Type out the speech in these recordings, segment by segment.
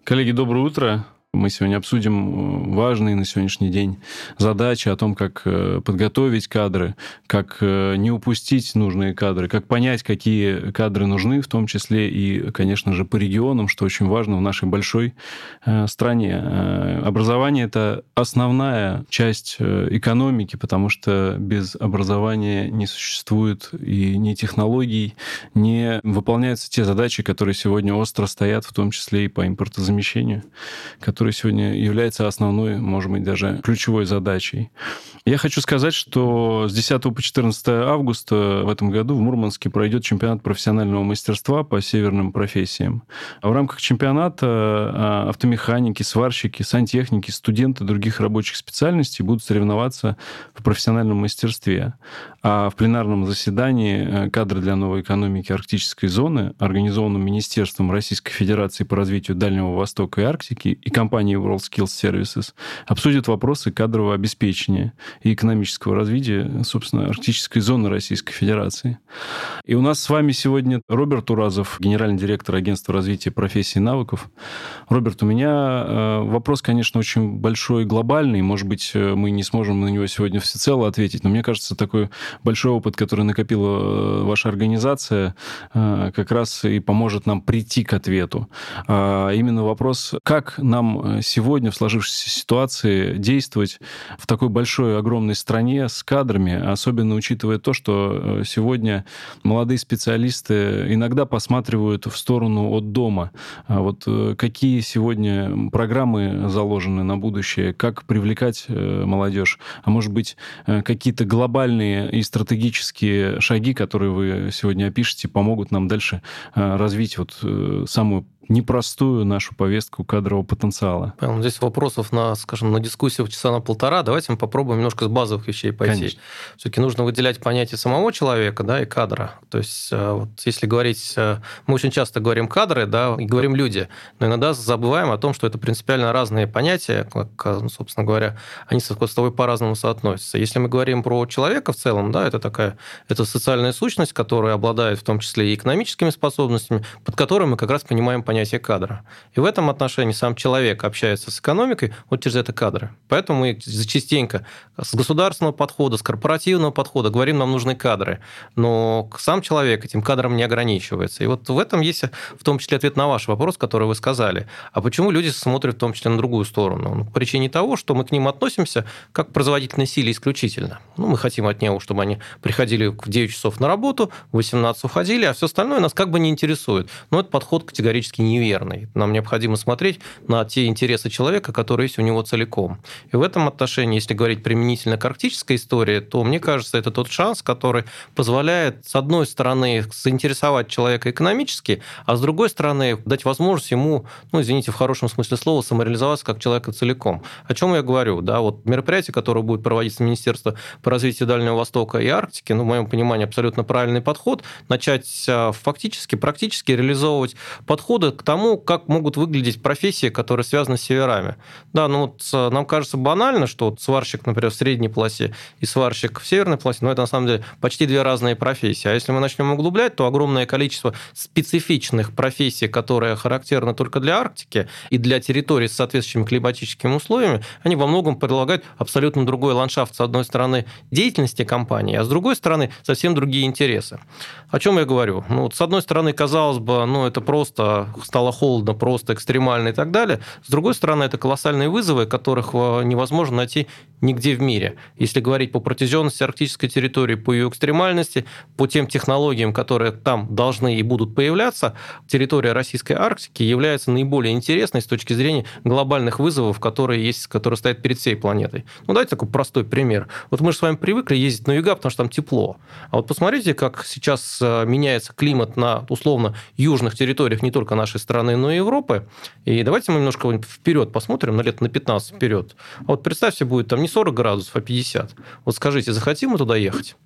Коллеги, доброе утро. Мы сегодня обсудим важные на сегодняшний день задачи о том, как подготовить кадры, как не упустить нужные кадры, как понять, какие кадры нужны, в том числе и, конечно же, по регионам, что очень важно в нашей большой стране. Образование — это основная часть экономики, потому что без образования не существует и ни технологий, не выполняются те задачи, которые сегодня остро стоят, в том числе и по импортозамещению, который сегодня является основной, может быть, даже ключевой задачей. Я хочу сказать, что с 10 по 14 августа в этом году в Мурманске пройдет чемпионат профессионального мастерства по северным профессиям. А в рамках чемпионата автомеханики, сварщики, сантехники, студенты других рабочих специальностей будут соревноваться в профессиональном мастерстве. А в пленарном заседании «Кадры для новой экономики арктической зоны», организованном Министерством Российской Федерации по развитию Дальнего Востока и Арктики и компанией WorldSkills Services, обсудят вопросы кадрового обеспечения и экономического развития, собственно, арктической зоны Российской Федерации. И у нас с вами сегодня Роберт Уразов, генеральный директор Агентства развития профессий и навыков. Роберт, у меня вопрос, конечно, очень большой и глобальный. Может быть, мы не сможем на него сегодня всецело ответить, но мне кажется, такой большой опыт, который накопила ваша организация, как раз и поможет нам прийти к ответу. Именно вопрос, как нам сегодня в сложившейся ситуации действовать в такой большой, огромной стране с кадрами, особенно учитывая то, что сегодня молодые специалисты иногда посматривают в сторону от дома. Вот какие сегодня программы заложены на будущее, как привлекать молодежь, а может быть, какие-то глобальные и стратегические шаги, которые вы сегодня опишете, помогут нам дальше развить вот самую непростую нашу повестку кадрового потенциала. Здесь вопросов на дискуссию часа на полтора. Давайте мы попробуем немножко с базовых вещей пойти. Конечно. Все-таки нужно выделять понятие самого человека, да, и кадра. То есть, вот если говорить... Мы очень часто говорим кадры, да, и говорим люди, но иногда забываем о том, что это принципиально разные понятия, как, собственно говоря, они с тобой по-разному соотносятся. Если мы говорим про человека в целом, да, это социальная сущность, которая обладает в том числе и экономическими способностями, под которыми мы как раз понимаем понятие кадра. И в этом отношении сам человек общается с экономикой вот через это кадры. Поэтому мы частенько с государственного подхода, с корпоративного подхода говорим, нам нужны кадры. Но сам человек этим кадром не ограничивается. И вот в этом есть в том числе ответ на ваш вопрос, который вы сказали. А почему люди смотрят в том числе на другую сторону? По причине того, что мы к ним относимся как к производительной силе исключительно. Мы хотим от него, чтобы они приходили в 9 часов на работу, в 18 уходили, а все остальное нас как бы не интересует. Но это подход категорически неверный. Нам необходимо смотреть на те интересы человека, которые есть у него целиком. И в этом отношении, если говорить применительно к арктической истории, то, мне кажется, это тот шанс, который позволяет, с одной стороны, заинтересовать человека экономически, а с другой стороны, дать возможность ему, извините, в хорошем смысле слова, самореализоваться как человека целиком. О чем я говорю? Да, вот мероприятие, которое будет проводиться Министерство по развитию Дальнего Востока и Арктики, в моем понимании, абсолютно правильный подход, начать фактически, практически реализовывать подходы к тому, как могут выглядеть профессии, которые связаны с северами. Да, нам кажется банально, что сварщик, например, в средней полосе и сварщик в северной полосе, это на самом деле почти две разные профессии. А если мы начнем углублять, то огромное количество специфичных профессий, которые характерны только для Арктики и для территорий с соответствующими климатическими условиями, они во многом предлагают абсолютно другой ландшафт, с одной стороны, деятельности компании, а с другой стороны, совсем другие интересы. О чем я говорю? С одной стороны, казалось бы, это просто стало холодно, просто экстремально и так далее. С другой стороны, это колоссальные вызовы, которых невозможно найти нигде в мире. Если говорить по протяженности арктической территории, по ее экстремальности, по тем технологиям, которые там должны и будут появляться, территория российской Арктики является наиболее интересной с точки зрения глобальных вызовов, которые стоят перед всей планетой. Давайте такой простой пример. Вот мы же с вами привыкли ездить на юга, потому что там тепло. А вот посмотрите, как сейчас меняется климат на условно южных территориях не только нашей страны, но и Европы. И давайте мы немножко вперед посмотрим, на лет на 15 вперед. А вот представьте, будет там не 40 градусов, а 50. Вот скажите, захотим мы туда ехать?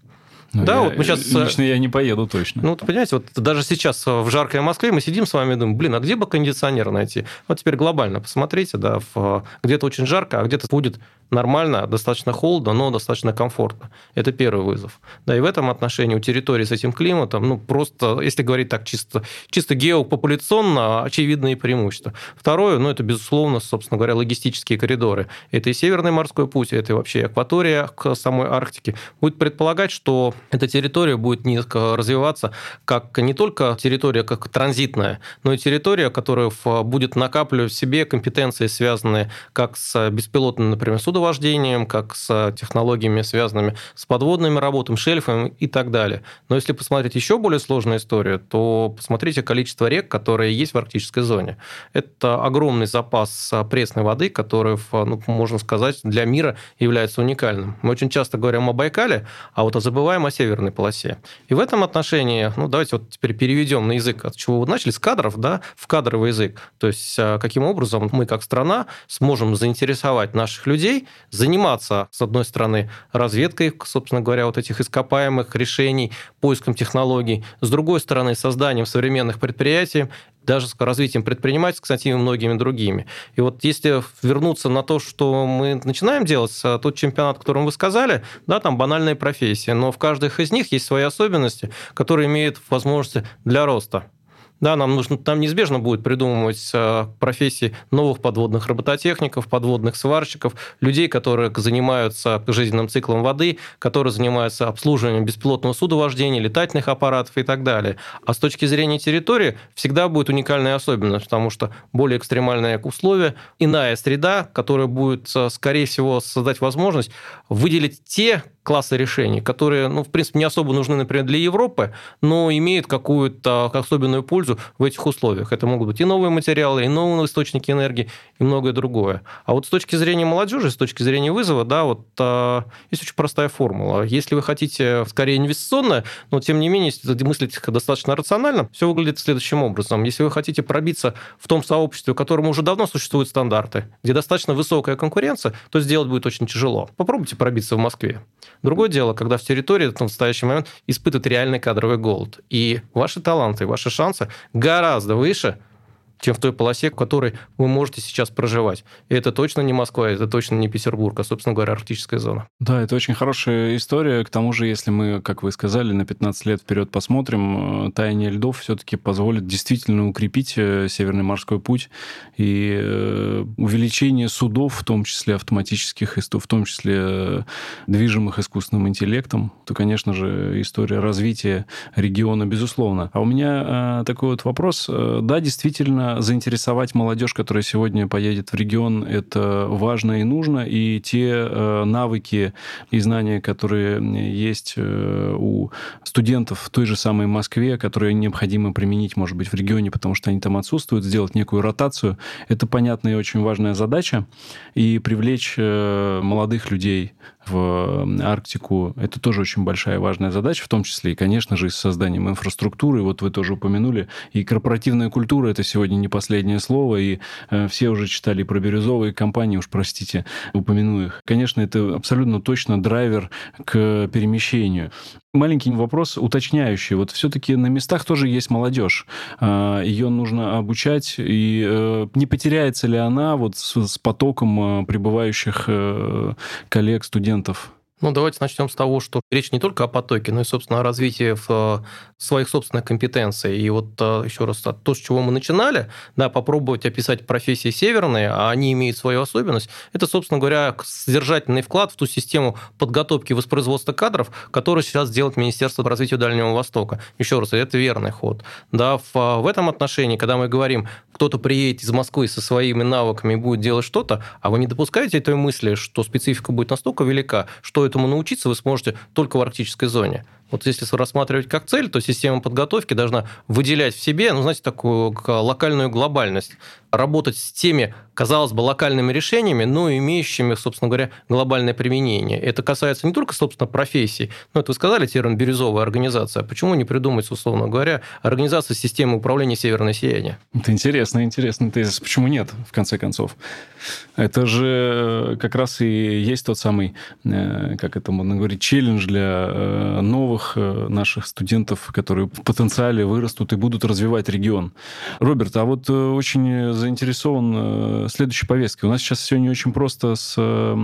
Да, вот мы сейчас... Лично я не поеду точно. Ну, понимаете, вот даже сейчас в жаркой Москве мы сидим с вами и думаем, а где бы кондиционер найти? Вот теперь глобально посмотрите, да, где-то очень жарко, а где-то будет нормально, достаточно холодно, но достаточно комфортно. Это первый вызов. Да, и в этом отношении у территории с этим климатом, просто, если говорить так чисто геопопуляционно, очевидные преимущества. Второе, это, безусловно, собственно говоря, логистические коридоры. Это и Северный морской путь, это и вообще акватория к самой Арктике. Будет предполагать, что эта территория будет развиваться как не только территория как транзитная, но и территория, которая будет накапливать в себе компетенции, связанные как с беспилотным, например, судовождением, как с технологиями, связанными с подводными работами, шельфами и так далее. Но если посмотреть еще более сложную историю, то посмотрите количество рек, которые есть в арктической зоне. Это огромный запас пресной воды, который, можно сказать, для мира является уникальным. Мы очень часто говорим о Байкале, а вот забываем о северной полосе. И в этом отношении, давайте вот теперь переведем на язык, от чего вы начали, с кадров, да, в кадровый язык. То есть, каким образом мы, как страна, сможем заинтересовать наших людей, заниматься, с одной стороны, разведкой, собственно говоря, вот этих ископаемых решений, поиском технологий, с другой стороны, созданием современных предприятий, даже с развитием предпринимательства, кстати, и многими другими. И вот если вернуться на то, что мы начинаем делать, тот чемпионат, о котором вы сказали, да, там банальные профессии, но в каждой из них есть свои особенности, которые имеют возможности для роста. Да, нам неизбежно будет придумывать профессии новых подводных робототехников, подводных сварщиков, людей, которые занимаются жизненным циклом воды, которые занимаются обслуживанием беспилотного судовождения, летательных аппаратов и так далее. А с точки зрения территории всегда будет уникальная особенность, потому что более экстремальные условия, иная среда, которая будет, скорее всего, создать возможность выделить те классы решений, которые, в принципе, не особо нужны, например, для Европы, но имеют какую-то особенную пользу в этих условиях. Это могут быть и новые материалы, и новые источники энергии, и многое другое. А вот с точки зрения молодежи, с точки зрения вызова, да, есть очень простая формула. Если вы хотите скорее инвестиционно, но тем не менее, если мыслить достаточно рационально, все выглядит следующим образом. Если вы хотите пробиться в том сообществе, в котором уже давно существуют стандарты, где достаточно высокая конкуренция, то сделать будет очень тяжело. Попробуйте пробиться в Москве. Другое дело, когда в территории в настоящий момент испытывает реальный кадровый голод. И ваши таланты, ваши шансы гораздо выше, чем в той полосе, в которой вы можете сейчас проживать. И это точно не Москва, это точно не Петербург, а, собственно говоря, арктическая зона. Да, это очень хорошая история. К тому же, если мы, как вы сказали, на 15 лет вперед посмотрим, таяние льдов все-таки позволит действительно укрепить Северный морской путь и увеличение судов, в том числе автоматических, в том числе движимых искусственным интеллектом, то, конечно же, история развития региона, безусловно. А у меня такой вот вопрос. Да, действительно, заинтересовать молодежь, которая сегодня поедет в регион, это важно и нужно, и те навыки и знания, которые есть у студентов в той же самой Москве, которые необходимо применить, может быть, в регионе, потому что они там отсутствуют, сделать некую ротацию, это понятная и очень важная задача, и привлечь молодых людей в Арктику, это тоже очень большая и важная задача, в том числе и, конечно же, с созданием инфраструктуры. Вот вы тоже упомянули. И корпоративная культура – это сегодня не последнее слово, и все уже читали про бирюзовые компании, уж простите, упомяну их. Конечно, это абсолютно точно драйвер к перемещению. Маленький вопрос уточняющий. Вот все-таки на местах тоже есть молодежь. Ее нужно обучать, и не потеряется ли она вот с потоком прибывающих коллег, студентов? Давайте начнем с того, что речь не только о потоке, но и, собственно, о развитии своих собственных компетенций. И вот еще раз, то, с чего мы начинали, да, попробовать описать профессии северные, а они имеют свою особенность, это, собственно говоря, содержательный вклад в ту систему подготовки и воспроизводства кадров, которую сейчас делает Министерство по развитию Дальнего Востока. Еще раз, это верный ход. Да, в этом отношении, когда мы говорим, кто-то приедет из Москвы со своими навыками и будет делать что-то, а вы не допускаете этой мысли, что специфика будет настолько велика, что этому научиться вы сможете только в арктической зоне. Вот если рассматривать как цель, то система подготовки должна выделять в себе, такую локальную глобальность, работать с теми, казалось бы, локальными решениями, но имеющими, собственно говоря, глобальное применение. Это касается не только, собственно, профессий, это вы сказали термин «бирюзовая организация». Почему не придумать, условно говоря, организацию системы управления «Северное сияние»? Это интересный тезис. Почему нет, в конце концов? Это же как раз и есть тот самый, как это можно говорить, челлендж для новых новых наших студентов, которые в потенциале вырастут и будут развивать регион. Роберт, а вот очень заинтересован следующей повесткой. У нас сейчас все не очень просто с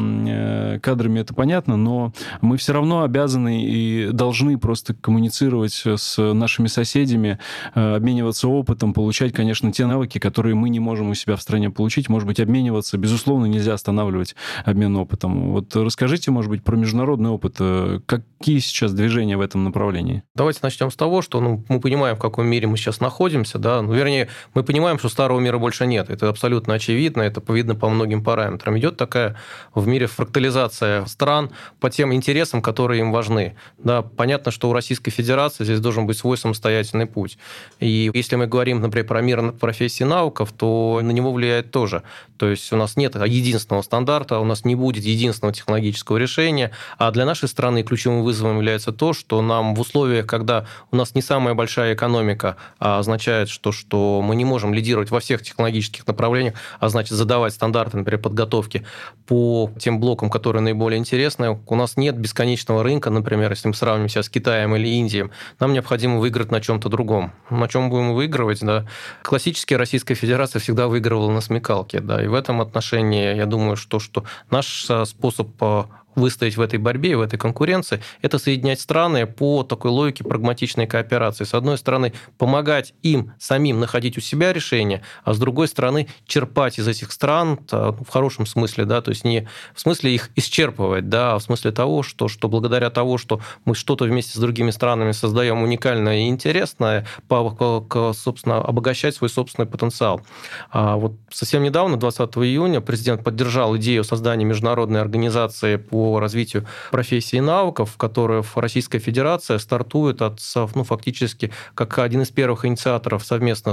кадрами, это понятно, но мы все равно обязаны и должны просто коммуницировать с нашими соседями, обмениваться опытом, получать, конечно, те навыки, которые мы не можем у себя в стране получить, может быть, обмениваться. Безусловно, нельзя останавливать обмен опытом. Вот расскажите, может быть, про международный опыт. Какие сейчас движения в этом направлении? Давайте начнем с того, что мы понимаем, в каком мире мы сейчас находимся. Да? Вернее, мы понимаем, что старого мира больше нет. Это абсолютно очевидно, это видно по многим параметрам. Идет такая в мире фрактализация стран по тем интересам, которые им важны. Да, понятно, что у Российской Федерации здесь должен быть свой самостоятельный путь. И если мы говорим, например, про мир профессий и навыков, то на него влияет тоже. То есть у нас нет единственного стандарта, у нас не будет единственного технологического решения, а для нашей страны ключевым вызовом является то, что нам в условиях, когда у нас не самая большая экономика, а означает, что мы не можем лидировать во всех технологических направлениях, а значит задавать стандарты, например, подготовки по тем блокам, которые наиболее интересны, у нас нет бесконечного рынка, например, если мы сравним себя с Китаем или Индией, нам необходимо выиграть на чем-то другом. На чем будем выигрывать? Да? Классически Российская Федерация всегда выигрывала на смекалке. Да? И в этом отношении, я думаю, что наш способ выстоять в этой борьбе, в этой конкуренции, это соединять страны по такой логике прагматичной кооперации. С одной стороны, помогать им самим находить у себя решения, а с другой стороны, черпать из этих стран, в хорошем смысле, да, то есть не в смысле их исчерпывать, да, а в смысле того, что благодаря тому, что мы что-то вместе с другими странами создаем уникальное и интересное, собственно, обогащать свой собственный потенциал. Вот совсем недавно, 20 июня, президент поддержал идею создания международной организации по развитию профессий и навыков, которая в Российской Федерации стартует фактически как один из первых инициаторов совместно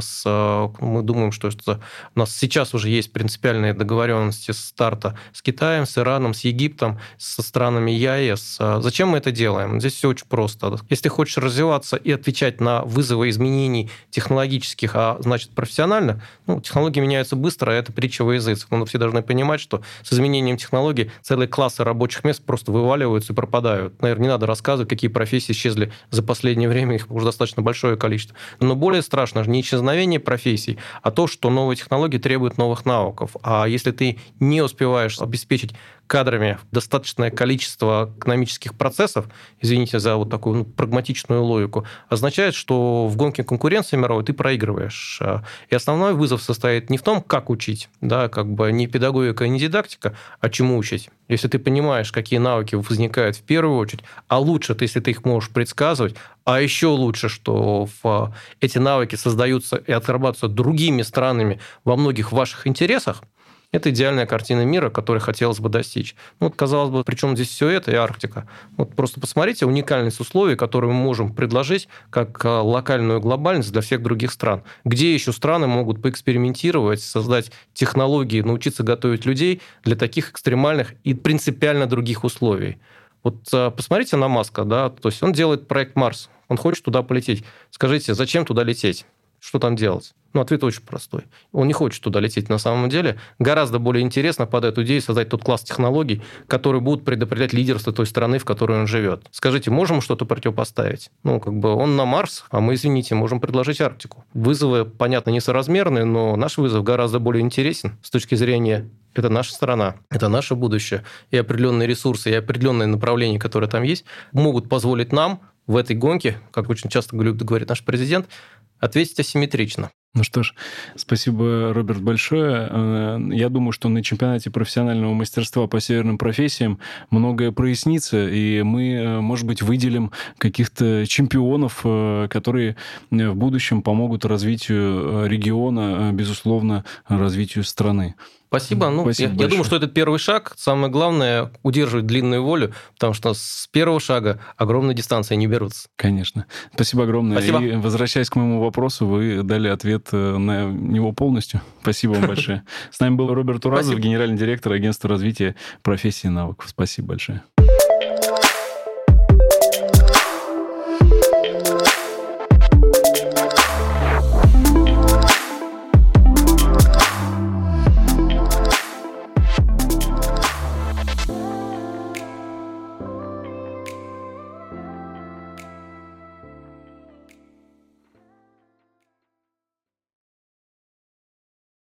мы думаем, что у нас сейчас уже есть принципиальные договоренности старта с Китаем, с Ираном, с Египтом, со странами ЕАЭС. Зачем мы это делаем? Здесь все очень просто. Если ты хочешь развиваться и отвечать на вызовы изменений технологических, а значит профессионально, технологии меняются быстро, а это притча во языцах. Но все должны понимать, что с изменением технологий целые классы рабочих мест просто вываливаются и пропадают. Наверное, не надо рассказывать, какие профессии исчезли за последнее время, их уже достаточно большое количество. Но более страшно не исчезновение профессий, а то, что новые технологии требуют новых навыков. А если ты не успеваешь обеспечить кадрами достаточное количество экономических процессов, извините за вот такую прагматичную логику, означает, что в гонке конкуренции мировой ты проигрываешь. И основной вызов состоит не в том, как учить, да, не педагогика, не дидактика, а чему учить. Если ты понимаешь, какие навыки возникают в первую очередь, а лучше, если ты их можешь предсказывать, а еще лучше, что эти навыки создаются и отрабатываются другими странами во многих ваших интересах, это идеальная картина мира, которой хотелось бы достичь. Казалось бы, при чем здесь все это и Арктика? Просто посмотрите уникальность условий, которые мы можем предложить как локальную глобальность для всех других стран. Где еще страны могут поэкспериментировать, создать технологии, научиться готовить людей для таких экстремальных и принципиально других условий? Посмотрите на Маска, да, то есть он делает проект Марс, он хочет туда полететь. Скажите, зачем туда лететь? Что там делать? Ответ очень простой. Он не хочет туда лететь на самом деле. Гораздо более интересно под эту идею создать тот класс технологий, которые будут предопределять лидерство той страны, в которой он живет. Скажите, можем что-то противопоставить? Он на Марс, а мы, извините, можем предложить Арктику. Вызовы, понятно, несоразмерные, но наш вызов гораздо более интересен с точки зрения это наша страна, это наше будущее. И определенные ресурсы, и определенные направления, которые там есть, могут позволить нам в этой гонке, как очень часто говорит наш президент, ответить асимметрично. Что ж, спасибо, Роберт, большое. Я думаю, что на чемпионате профессионального мастерства по северным профессиям многое прояснится, и мы, может быть, выделим каких-то чемпионов, которые в будущем помогут развитию региона, безусловно, развитию страны. Спасибо. Я думаю, что это первый шаг. Самое главное – удерживать длинную волю, потому что с первого шага огромные дистанции не берутся. Конечно. Спасибо огромное. Спасибо. И возвращаясь к моему вопросу, вы дали ответ на него полностью. Спасибо вам большое. С нами был Роберт Уразов, генеральный директор агентства развития профессий и навыков. Спасибо большое.